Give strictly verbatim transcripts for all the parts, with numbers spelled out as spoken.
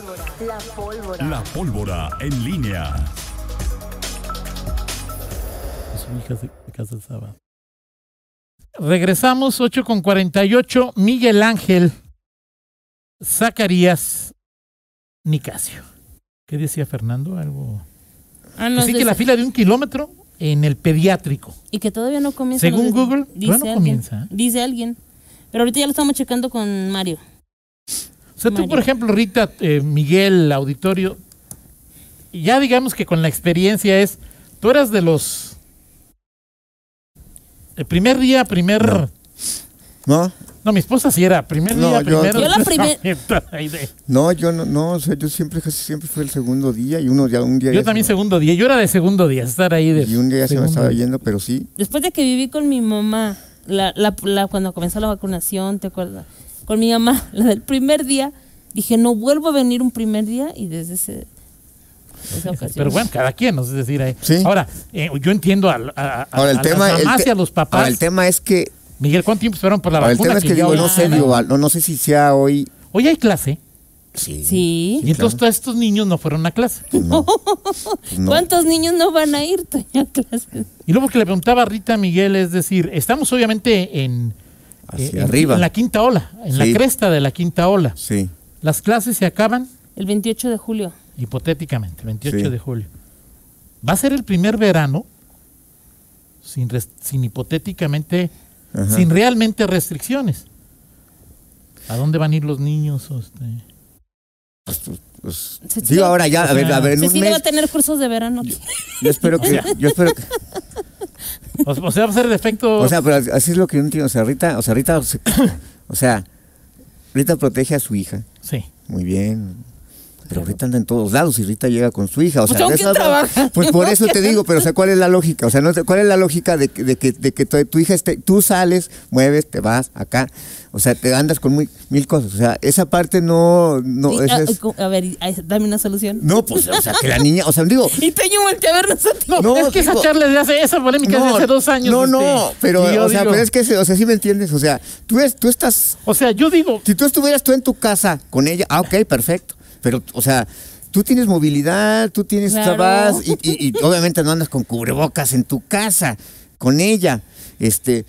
La pólvora. La pólvora en línea. Su hija se casa el sábado. Regresamos, ocho con cuarenta y ocho. Miguel Ángel Zacarías Nicasio. ¿Qué decía Fernando? Algo. Ah, no, Así es que la fila de un kilómetro en el pediátrico. Y que todavía no comienza. Según no, Google, dice no alguien, comienza. ¿eh? Dice alguien. Pero ahorita ya lo estamos checando con Mario. O sea, tú, Mario. por ejemplo, Rita, eh, Miguel, auditorio, ya digamos que con la experiencia es, tú eras de los... El primer día, primer... No. ¿No? No, mi esposa sí era, primer No, día, yo- primero... Yo la primer- No, yo no, no, o sea, yo siempre, casi siempre fue el segundo día y uno ya un día. Yo ya también se me- segundo día, yo era de segundo día, estar ahí de... Y un día ya se me segundo estaba día. yendo, pero sí. Después de que viví con mi mamá, la, la, la, cuando comenzó la vacunación, ¿te acuerdas? Con mi mamá, la del primer día, dije, no vuelvo a venir un primer día y desde ese, esa ocasión. Pero bueno, cada quien, ¿no? Es decir, ahí. Sí. Ahora, eh, yo entiendo a, a, a, Ahora el a tema, las el mamás te- y a los papás. ahora, el tema es que, Miguel, ¿cuánto tiempo esperaron por la ahora, el vacuna? tema es que ya digo, hoy- no sé, digo, no, no sé si sea hoy. Hoy hay clase. Sí. Sí. Y entonces todos estos niños no fueron a clase. No, pues no. ¿Cuántos niños no van a ir a clases? Y luego que le preguntaba a Rita Miguel, es decir, estamos obviamente en, Hacia eh, en- arriba. en la quinta ola, en la Sí. cresta de la quinta ola. Sí. Las clases se acaban, El veintiocho de julio. hipotéticamente, el veintiocho Sí. de julio. Va a ser el primer verano, sin, res- sin hipotéticamente, Ajá. sin realmente restricciones. ¿A dónde van a ir los niños? O este? Pues, pues, Cecilia- digo ahora ya, a ver, a ver, en un Cecilia va a mes. tener cursos de verano. Yo espero que, yo espero que, O, o sea, va a ser el efecto... o sea, pero así es lo que yo entiendo. O sea, Rita, o sea, Rita, se- o sea, Rita protege a su hija. sí. Muy bien. Pero Rita anda en todos lados y Rita llega con su hija. O Pues, sea, ¿con de quién eso- trabaja? pues por eso te digo, pero o sea, ¿cuál es la lógica? O sea, no, sé, ¿cuál es la lógica de, que- de que, de que tu, tu hija esté, tú sales, mueves, te vas acá, o sea, te andas con muy, mil cosas. O sea, esa parte no, no, Y, esa a, es- a ver, ay, dame una solución. no, pues, o sea, que la niña, o sea, digo, Y Toño voltea a vernos a ti. No, No, es que esa digo- charla de hace, esa polémica es de hace dos años. No, este, no, pero, y yo o sea, digo- pero es que, o sea, sí me entiendes, o sea, tú, es, tú estás, O sea, yo digo, si tú estuvieras tú en tu casa con ella, ah, ok, perfecto, pero, o sea, tú tienes movilidad, tú tienes, Claro. vas, y, y, y obviamente no andas con cubrebocas en tu casa, con ella, este,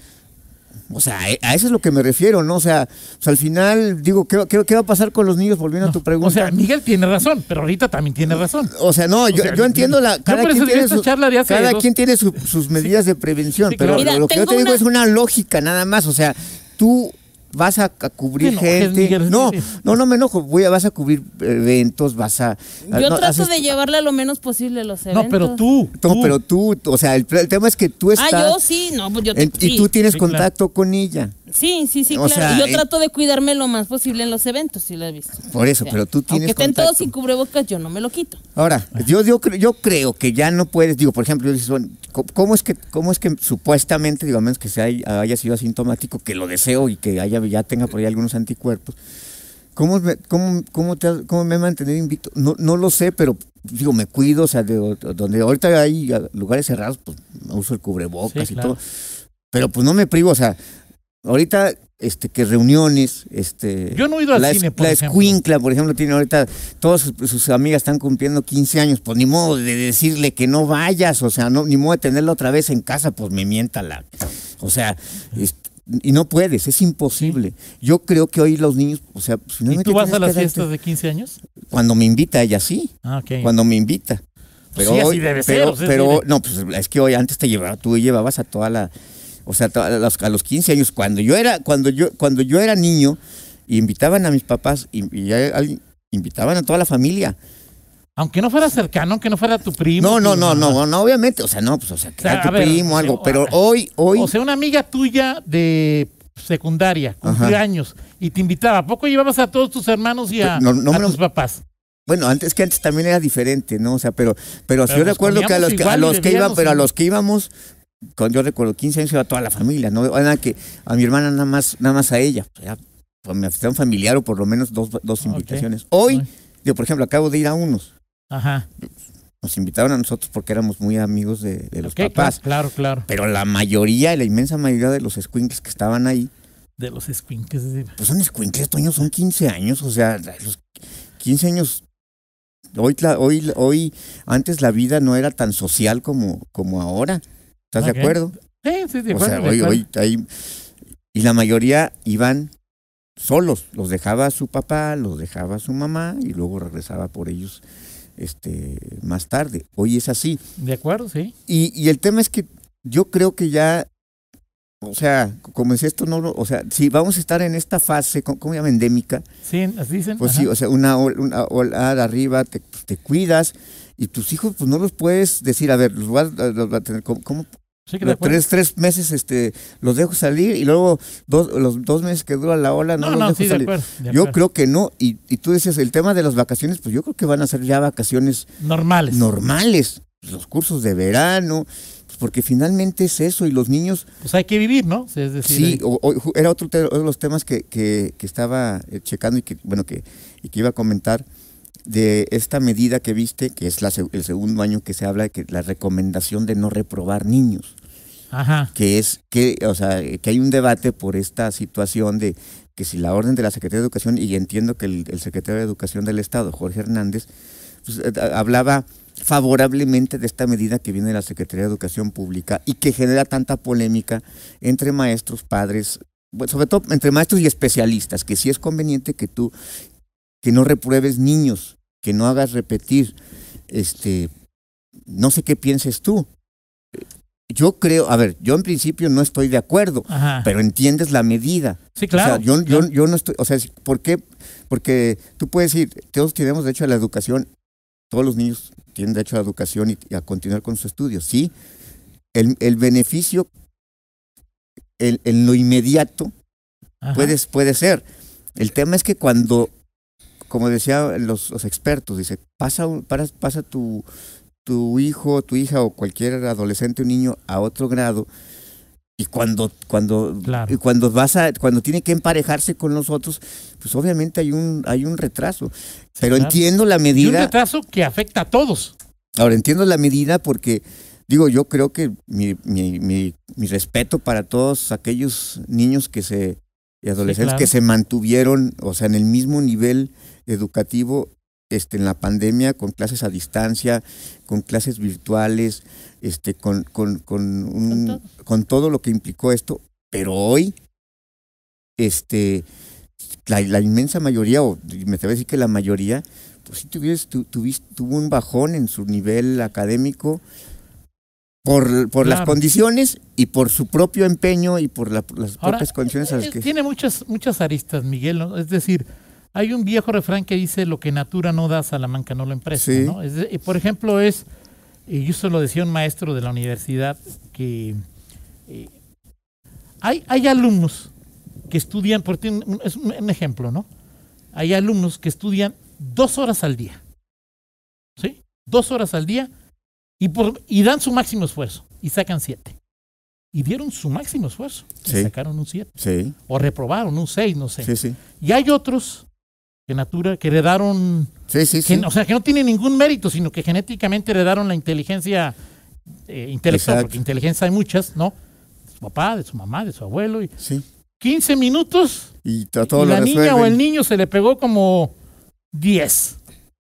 o sea, a eso es lo que me refiero, ¿no? O sea, o sea al final, digo, ¿qué, qué, qué va a pasar con los niños? Volviendo a tu pregunta. o sea, Miguel tiene razón, pero ahorita también tiene razón. O sea, no, yo, sea, yo entiendo la. yo Cada por eso quien digo tiene, esta su, charla de hace cada dos- quien tiene su- sus medidas de prevención, Sí, pero claro. Mira, lo que yo tengo te digo una- es una lógica nada más. O sea, tú vas a, a cubrir Te enojes, gente. Miguel, no, sí, sí. no, no me enojo. Voy a, vas a cubrir eventos, vas a. Yo no, trato haces- de llevarle lo menos posible los eventos. No, pero tú, No, tú. pero tú, o sea, el, el tema es que tú estás. Ah, yo sí, no, pues yo en- sí. y tú tienes Sí, claro. contacto con ella. Sí, sí, sí, O claro. sea, Y yo eh, trato de cuidarme lo más posible en los eventos, si lo he visto. Por eso, O sea, pero tú tienes Aunque estén contacto. todos sin cubrebocas, yo no me lo quito. Ahora, yo, yo, cre- yo creo que ya no puedes, digo, por ejemplo, dices, bueno, ¿cómo- ¿cómo es que, cómo es que supuestamente, digo, a menos que sea, haya sido asintomático, que lo deseo y que haya, ya tenga por ahí algunos anticuerpos, ¿cómo, me- cómo, cómo, te, has- cómo me he mantenido invicto? No, no lo sé, pero digo, me cuido, o sea, de, donde ahorita hay lugares cerrados, pues uso el cubrebocas Sí, y claro. todo, pero pues no me privo, o sea, ahorita... Este, que reuniones, este... Yo no he ido al la, cine, por La ejemplo. escuincla, por ejemplo, tiene ahorita, todas sus, sus amigas están cumpliendo quince años, pues ni modo de decirle que no vayas, o sea, no, ni modo de tenerla otra vez en casa, pues me mienta la... O sea, es- y no puedes, es imposible. Yo creo que hoy los niños, o sea, pues, ¿Y finalmente tú vas tienes a las que darte- fiestas de quince años? Cuando me invita ella, sí, Ah, ok. cuando me invita. Pues Pero sí, así hoy, debe ser, pero, o sea, pero sí. no, pues es que hoy antes te llevaba, tú llevabas a toda la, o sea, a los, a los quince años, cuando yo era, cuando yo, cuando yo era niño, invitaban a mis papás y, y a- a- invitaban a toda la familia. Aunque no fuera cercano, aunque no fuera tu primo. No, no, tu- no, no, no, obviamente, o sea, no, pues, o sea, que O sea, era tu a ver, primo, algo, o- pero hoy, hoy, O sea, una amiga tuya de secundaria, cumplió Ajá. años, y te invitaba. ¿A poco llevabas a todos tus hermanos y a, No, no a me lo- tus papás? bueno, antes que antes también era diferente, ¿no? O sea, pero, pero, Pero yo nos recuerdo que a los que, a comíamos los igual y que iba, bebíamos pero a y- los que íbamos, cuando yo recuerdo quince años iba toda la familia, ¿no? Era que a mi hermana nada más, nada más a ella, o sea, pues, me hacía un familiar o por lo menos dos, dos Ok. invitaciones. Hoy, Ay. yo por ejemplo, acabo de ir a unos. Ajá. Nos invitaron a nosotros porque éramos muy amigos de, de los Ok, papás. Claro, claro. Pero la mayoría, la inmensa mayoría de los escuincles que estaban ahí, De los escuincles. es decir, pues son escuincles, Toño, son quince años, o sea, los quince años Hoy, la, hoy, hoy, antes la vida no era tan social como, como ahora. ¿Estás Ok. de acuerdo? Sí, sí, de O acuerdo, sea, de hoy, acuerdo. hoy hay, y la mayoría iban solos, los dejaba su papá, los dejaba su mamá y luego regresaba por ellos este, más tarde. Hoy es así. De acuerdo, sí. Y, y el tema es que yo creo que ya, o sea, como decía esto, no, lo- o sea, si vamos a estar en esta fase, ¿cómo, cómo se llama? Endémica, Sí, así dicen. pues ajá. sí, o sea, una, ol- una ola de arriba, te, pues, te cuidas y tus hijos, pues no los puedes decir, a ver, los vas a, los vas a tener, ¿cómo? cómo Sí, que de los acuerdo. tres, tres meses este, los dejo salir y luego dos, los dos meses que dura la ola no, No, los no, dejo sí, de salir. acuerdo. de Yo acuerdo. creo que no, y, y tú decías, el tema de las vacaciones, pues yo creo que van a ser ya vacaciones Normales. normales, los cursos de verano, pues porque finalmente es eso, y los niños, Pues hay que vivir, ¿no? Es decir, sí, eh, o- o- ju- era otro, te- otro de los temas que, que, que estaba eh, checando y que, bueno, que, y que iba a comentar, de esta medida que viste, que es la, seg- el segundo año que se habla de que la recomendación de no reprobar niños, ajá. que es que, o sea, que hay un debate por esta situación de que si la orden de la Secretaría de Educación, y entiendo que el, el secretario de Educación del Estado, Jorge Hernández, pues, eh, hablaba favorablemente de esta medida que viene de la Secretaría de Educación Pública y que genera tanta polémica entre maestros, padres, bueno, sobre todo entre maestros y especialistas, que sí es conveniente que tú, que no repruebes niños, que no hagas repetir, este, no sé qué pienses tú. Yo creo, a ver, yo en principio no estoy de acuerdo, Ajá. pero entiendes la medida. Sí, claro. O sea, yo, claro. yo, yo no estoy, o sea, ¿por qué? Porque tú puedes decir, todos tenemos derecho a la educación, todos los niños tienen derecho a la educación y, y a continuar con sus estudios, sí. El, el beneficio el, en lo inmediato Ajá. puede, puede ser. El tema es que cuando, como decían los, los expertos, dice, pasa, un- para- pasa tu, tu hijo, tu hija o cualquier adolescente o niño a otro grado, y cuando, cuando, Claro. y cuando vas a, cuando tiene que emparejarse con los otros, pues obviamente hay un, hay un retraso. Pero claro. entiendo la Y un medida. retraso que afecta a todos. Ahora entiendo la medida porque, digo, yo creo que mi, mi, mi, mi respeto para todos aquellos niños que se, y adolescentes claro. que se mantuvieron, o sea, en el mismo nivel educativo este, en la pandemia, con clases a distancia, con clases virtuales, este, con, con, con, un- Con todo. con todo lo que implicó esto. Pero hoy, este, la, la inmensa mayoría, o me atrevo a decir que la mayoría, pues sí tuviste, tu, tuviste, tuvo un bajón en su nivel académico por, por las Claro. condiciones y por su propio empeño y por la- las Ahora, propias condiciones a las eh, que... tiene muchas, muchas aristas, Miguel, ¿no? Es decir, hay un viejo refrán que dice lo que natura no da, Salamanca no lo empresta, Sí. ¿no? Es de- y por ejemplo, es, y yo se lo decía un maestro de la universidad, que eh, hay, hay alumnos que estudian, porque un- un- es un, un ejemplo, ¿no? Hay alumnos que estudian dos horas al día, ¿sí? Dos horas al día y, por, y dan su máximo esfuerzo y sacan siete. Y dieron su máximo esfuerzo y Sí. sacaron un siete. Sí, O reprobaron un seis, no sé. sí, sí. Y hay otros que natura, que heredaron, Sí, sí, que- sí. o sea, que no tienen ningún mérito, sino que genéticamente heredaron la inteligencia eh, intelectual, Exacto. porque inteligencia hay muchas, ¿no? De su papá, de su mamá, de su abuelo. Y Sí. quince minutos Y to- todo y lo la niña o resuelven. el niño se le pegó como diez.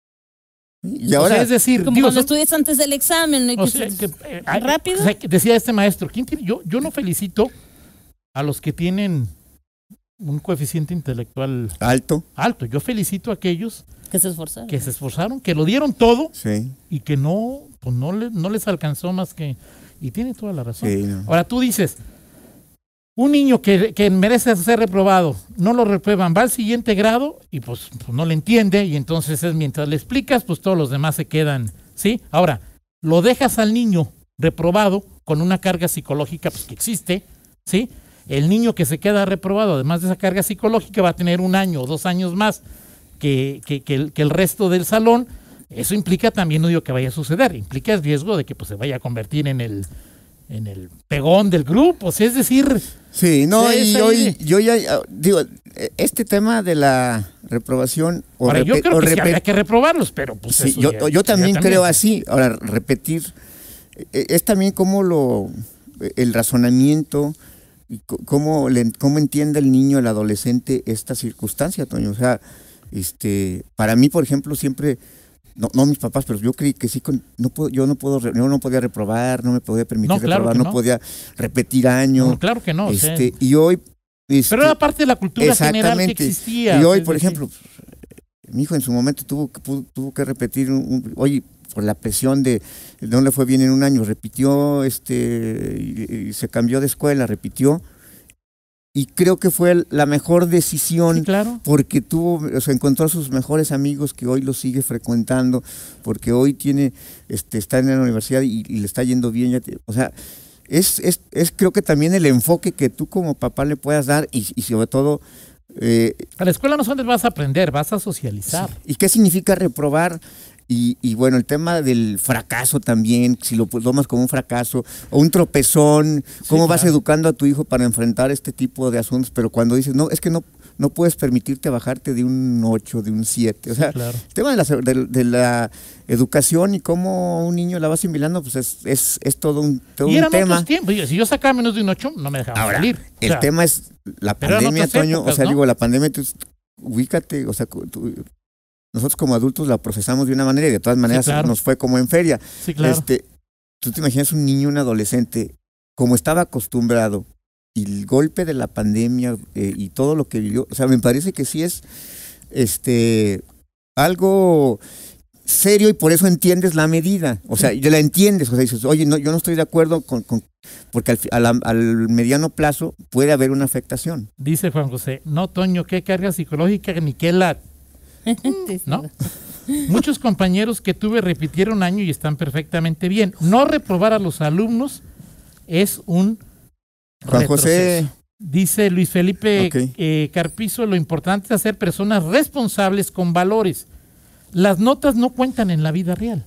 Y O ahora, sea, es decir, Como digo, cuando son- estudias antes del examen, ¿no? Y o que sea, se- que, eh, hay- rápido. o sea, que decía este maestro, ¿quién tiene- yo, yo no felicito a los que tienen un coeficiente intelectual alto, alto. Yo felicito a aquellos que se esforzaron. que se esforzaron, que lo dieron todo sí, y que no, pues no, le- no les alcanzó más que... Y tiene toda la razón. sí, no. Ahora tú dices, un niño que, que merece ser reprobado, no lo reprueban, va al siguiente grado y pues, pues no le entiende y entonces es mientras le explicas, pues todos los demás se quedan, ¿sí? Ahora, lo dejas al niño reprobado con una carga psicológica pues, que existe, ¿sí? El niño que se queda reprobado, además de esa carga psicológica, va a tener un año o dos años más que, que, que el, que el resto del salón. Eso implica también, no digo que vaya a suceder, implica el riesgo de que pues, se vaya a convertir en el, en el pegón del grupo, o sea, es decir... Sí, no, Sí, y esa hoy, idea. yo ya, ah, digo, eh, este tema de la reprobación o, Ahora, yo repe- creo o que sí repe- habría que reprobarlos, pero pues sí, eso yo, ya- yo también ya creo así. Ahora, repetir, eh, es también como lo, el razonamiento, y co- cómo, le, cómo entiende el niño, el adolescente esta circunstancia, Toño. O sea, este, para mí, por ejemplo, siempre no, no mis papás, pero yo creí que sí, con, no puedo, yo no puedo, yo no podía reprobar, no me podía permitir No, claro reprobar, que no. no. podía repetir año. No, claro que no. Este, o sea, y hoy... Este, pero era parte de la cultura general que exactamente. existía. Y hoy, es por decir, ejemplo, mi hijo en su momento tuvo, que- pudo- tuvo que repetir, un, un- oye, por la presión de no le fue bien en un año, repitió, este, y, y se cambió de escuela, repitió, y creo que fue la mejor decisión sí, claro. porque tuvo, o sea, encontró a sus mejores amigos que hoy lo sigue frecuentando, porque hoy tiene, este, está en la universidad y, y le está yendo bien, ya te- o sea, es, es, es creo que también el enfoque que tú como papá le puedas dar y, y sobre todo, eh, A la escuela no solamente vas a aprender, vas a socializar. ¿y qué significa reprobar? Y, y bueno, el tema del fracaso también, si lo tomas como un fracaso o un tropezón, cómo Sí, vas claro. educando a tu hijo para enfrentar este tipo de asuntos, pero cuando dices, no, es que no, no puedes permitirte bajarte de un ocho, de un siete, o sea, claro. el tema de la, de, de la educación y cómo un niño la va asimilando, pues es, es, es todo un, todo Y un eran tema. otros tiempos. Si yo sacaba menos de un ocho, no me dejaban Ahora, salir. O el sea, tema es la pero eran pandemia, otras Toño, épocas, o sea, ¿no? digo, la pandemia, tú, ubícate, o sea, tú- nosotros como adultos la procesamos de una manera y de todas maneras claro. nos fue como en feria. Sí, claro. Este, tú te imaginas un niño, un adolescente, como estaba acostumbrado, y el golpe de la pandemia eh, y todo lo que vivió, o sea, me parece que sí es este algo serio y por eso entiendes la medida, o sea, ya la entiendes, o sea, dices, oye, no, yo no estoy de acuerdo con, con porque al, fi- a la- al mediano plazo puede haber una afectación. Dice Juan José, no, Toño, qué carga psicológica ni qué la... ¿No? Muchos compañeros que tuve repitieron año y están perfectamente bien. No reprobar a los alumnos es un Juan José, retroceso. Dice Luis Felipe Ok. eh, Carpizo, lo importante es hacer personas responsables con valores. Las notas no cuentan en la vida real.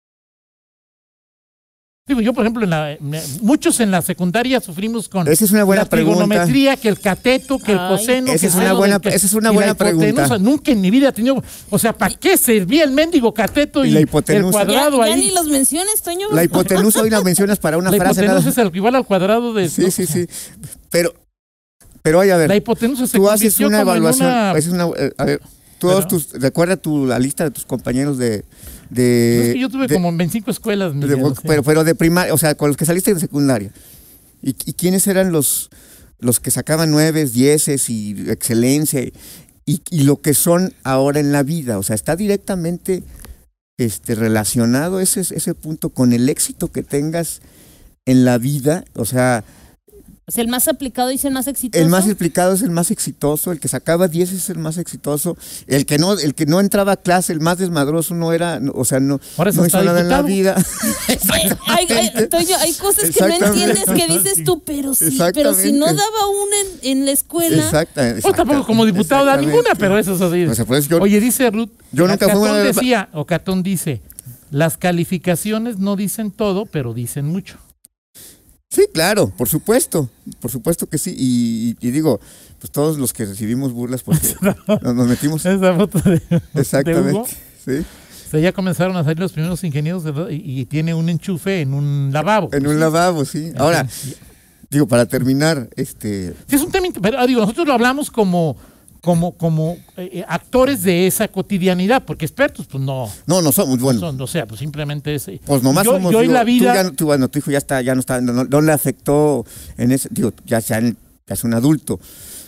Digo, yo, por ejemplo, en la, me- muchos en la secundaria sufrimos con esa es una buena la pregunta. trigonometría, que el cateto, que el Ay. coseno. Esa que es una seno, buena- que- esa es una y la buena hipotenusa. pregunta. Nunca en mi vida he tenido, o sea, ¿para qué servía el mendigo cateto Y y, la el hipotenusa. Ya, cuadrado ya ahí? ni los menciones, Toño. La hipotenusa hoy la mencionas para una La frase. hipotenusa nada- es el igual al cuadrado de... Sí, ¿no? sí, sí. Pero, pero oye, a ver, La hipotenusa se tú haces convirtió una como en evaluación. una- haces una, eh, a ver, todos Pero- tus, recuerda tu, la lista de tus compañeros de. Pues de es que yo tuve de- como en veinticinco escuelas, de- Miguel, o sea. pero, pero de primaria, o sea, con los que saliste de secundaria. ¿Y, y quiénes eran los, los que sacaban nueves, dieces y excelencia? Y, y lo que son ahora en la vida. O sea, está directamente este, relacionado ese, ese punto con el éxito que tengas en la vida. O sea, O sea, el más aplicado dice el más exitoso. el más explicado es el más exitoso, el que sacaba diez es el más exitoso, el que no, el que no entraba a clase, el más desmadroso no era, no, o sea, no, Ahora es no hasta hizo nada en la diputado. vida. Eh, hay, hay- Toño, hay cosas que no Exactamente. entiendes que dices tú, pero sí, pero si no Exactamente. daba una en, en la escuela. Exacta, Pues tampoco exacta- como diputado da exactamente. nununa, pero eso es así. O sea, pues yo- Oye, dice Ruth, yo nunca fui Catón una de las- decía, o Catón dice, las calificaciones no dicen todo, pero dicen mucho. Sí, claro, por supuesto, por supuesto que sí. Y, y- y digo, pues todos los que recibimos burlas porque nos, nos metimos. Esa foto de, de Exactamente. Hugo. Sí. O sea, ya comenzaron a salir los primeros ingenieros de- y, y tiene un enchufe en un lavabo. En un lavabo, sí. Ahora, digo, para terminar, este. Sí, es un tema, int- pero ah, digo, nosotros lo hablamos como, como, como eh, actores de esa cotidianidad, porque expertos, pues no. No, no somos, bueno. son, o sea, pues simplemente es. eh, Pues nomás yo, somos. yo y digo, la tú vida. ya no- tú, bueno, tu hijo ya está, ya no está, no, no le afectó en ese, digo, ya, sea, ya es un adulto.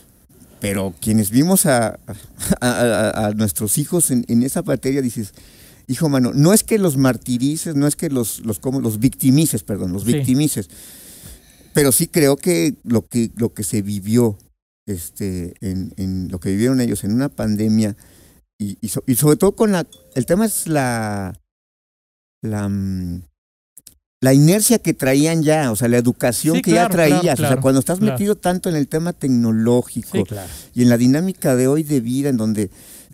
Pero quienes vimos a, a, a- a nuestros hijos en, en esa materia, dices, hijo mano, no es que los martirices, no es que los, los como los victimices, perdón, los Sí. victimices. Pero sí creo que lo que, lo que se vivió, este, en, en lo que vivieron ellos en una pandemia, y, y, so- y sobre todo con la, el tema es la, la, mm, la inercia que traían ya, o sea, la educación Sí, que claro, ya traías. claro, O sea, claro, cuando estás claro. metido tanto en el tema tecnológico Sí, claro. y en la dinámica de hoy de vida, en donde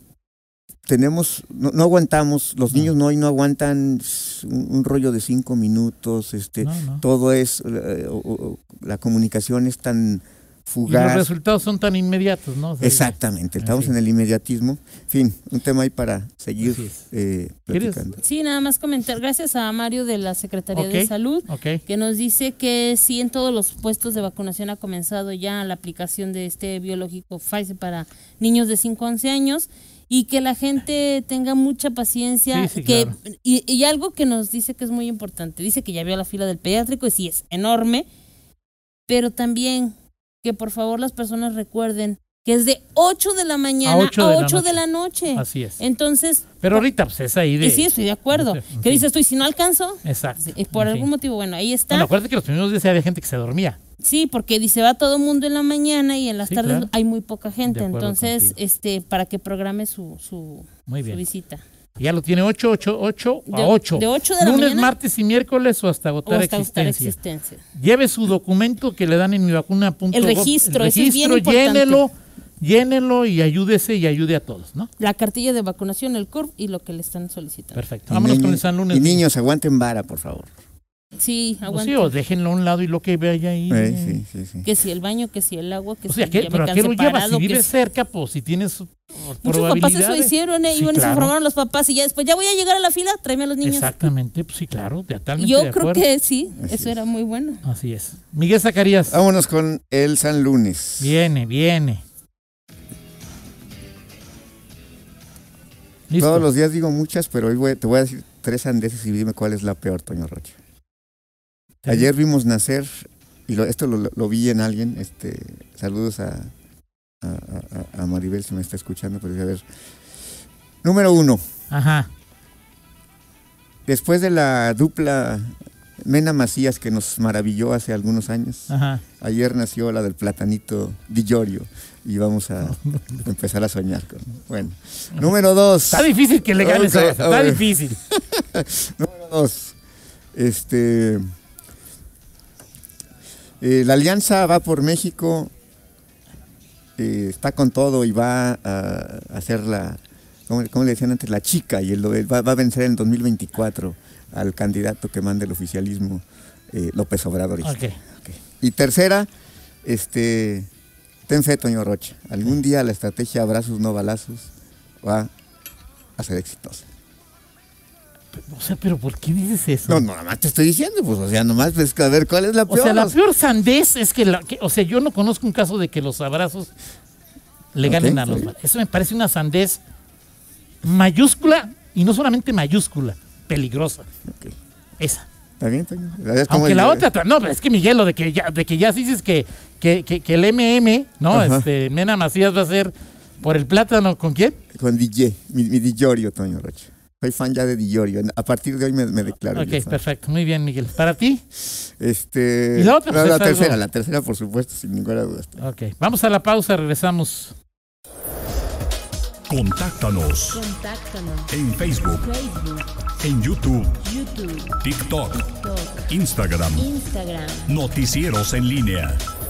tenemos, no, no aguantamos, los No. niños no hoy no aguantan un, un rollo de cinco minutos, este, No, no. todo es, eh, o- o- la comunicación es tan Y los fugaz. resultados son tan inmediatos, ¿no? O sea, Exactamente, estamos En en fin. el inmediatismo. En fin, un tema ahí para seguir Así es. eh, ¿Quieres? platicando. Sí, nada más comentar, gracias a Mario de la Secretaría de Ok, Salud, ok. que nos dice que sí en todos los puestos de vacunación ha comenzado ya la aplicación de este biológico Pfizer para niños de cinco a once años y que la gente tenga mucha paciencia. Sí, sí, que claro. y, y algo que nos dice que es muy importante, dice que ya vio la fila del pediátrico y sí es enorme, pero también que por favor las personas recuerden que es de ocho de la mañana a ocho de la ocho noche. de la noche. Así es. Entonces, Pero ahorita pues es ahí de... y sí, estoy de acuerdo. en ¿Qué fin. dices tú? Y si no alcanzo, Exacto. sí, y por En algún fin. motivo, bueno, ahí está. Bueno, acuérdate que los primeros días había gente que se dormía. Sí, porque dice va todo el mundo en la mañana y en las Sí, tardes claro. hay muy poca gente. De acuerdo Entonces, contigo. este, para que programe su, su, Muy su bien. visita. Ya lo tiene ocho, ocho, ocho De- a ocho. de ocho de la Lunes, mañana. martes y miércoles o hasta O agotar hasta buscar existencia. existencia. Lleve su documento que le dan en mi vacuna punto El gov. registro, El eso es bien registro, importante. llénelo, llénelo y ayúdese y ayude a todos, ¿no? La cartilla de vacunación, el C U R P y lo que le están solicitando. Perfecto. Y Vámonos niños- con el San Lunes. Y niños, aguanten vara, por favor. Sí, O aguanta. sí, o déjenlo a un lado y lo que vaya ahí. Eh, sí, sí, sí. Que si el baño, que si el agua, que O sea, si ¿qué? ya me ¿Pero a qué cansé lo llevas? parado, Si que vives si- cerca, pues si tienes uh, Muchos papás eso probabilidades. hicieron, ¿eh? Sí, Iban y se claro. formaron los papás y ya después, ya voy a llegar a la fila, tráeme a los niños. Exactamente, pues sí, claro, totalmente Yo de creo acuerdo. que sí, Así eso es. era muy bueno. Así es. Miguel Zacarías. Vámonos con el San Lunes. Viene, viene. Listo. Todos los días digo muchas, pero hoy voy- te voy a decir tres sandeces y dime cuál es la peor, Toño Rocha. Ayer vimos nacer, y lo- esto lo, lo vi en alguien, este, saludos a, a, a- a Maribel si me está escuchando, pero a ver. Número uno, Ajá. después de la dupla Mena Macías que nos maravilló hace algunos años, Ajá. ayer nació la del platanito Di Giorgio y vamos a empezar a soñar con. Bueno, número dos. Está difícil que le ganes a Ok, esa, está ok. difícil. Número dos. Este. eh, la Alianza va por México. eh, está con todo y va a hacer la. ¿Cómo, cómo le decían antes? La chica. Y el, va, va a vencer en el dos mil veinticuatro al candidato que manda el oficialismo, eh, López Obrador. Ok. Y tercera, este. Ten fe, Toño Rocha. Algún día la estrategia abrazos no balazos va a ser exitosa. O sea, pero ¿por qué dices eso? No, no, nada más te estoy diciendo, pues, o sea, nomás ves a ver cuál es la O peor. sea, la peor sandez es que, la, que- o sea, yo no conozco un caso de que los abrazos le Ok, ganen a está los bien. balazos. Eso me parece una sandez mayúscula y no solamente mayúscula, peligrosa. Ok. Esa. ¿Está bien, Toño? Es como Aunque el- la otra, tra- no, pero es que Miguel, lo de que ya, de que ya dices que, que, que, que el M M, ¿no? Ajá. Este, Mena Macías va a ser por el plátano, ¿con quién? Con D J, mi, mi Di Giorgio, Toño Rocha. Soy fan ya de Di Giorgio. A partir de hoy me, me declaro. Ok, yo fan. perfecto, muy bien, Miguel. ¿Para ti? Este, ¿Y la otra? no, Pues la es algo- tercera, la tercera, por supuesto, sin ninguna duda. Ok, vamos a la pausa, regresamos. Contáctanos Contáctanos. en Facebook, Facebook, en YouTube, YouTube, TikTok, TikTok, Instagram. Instagram. Noticieros en línea.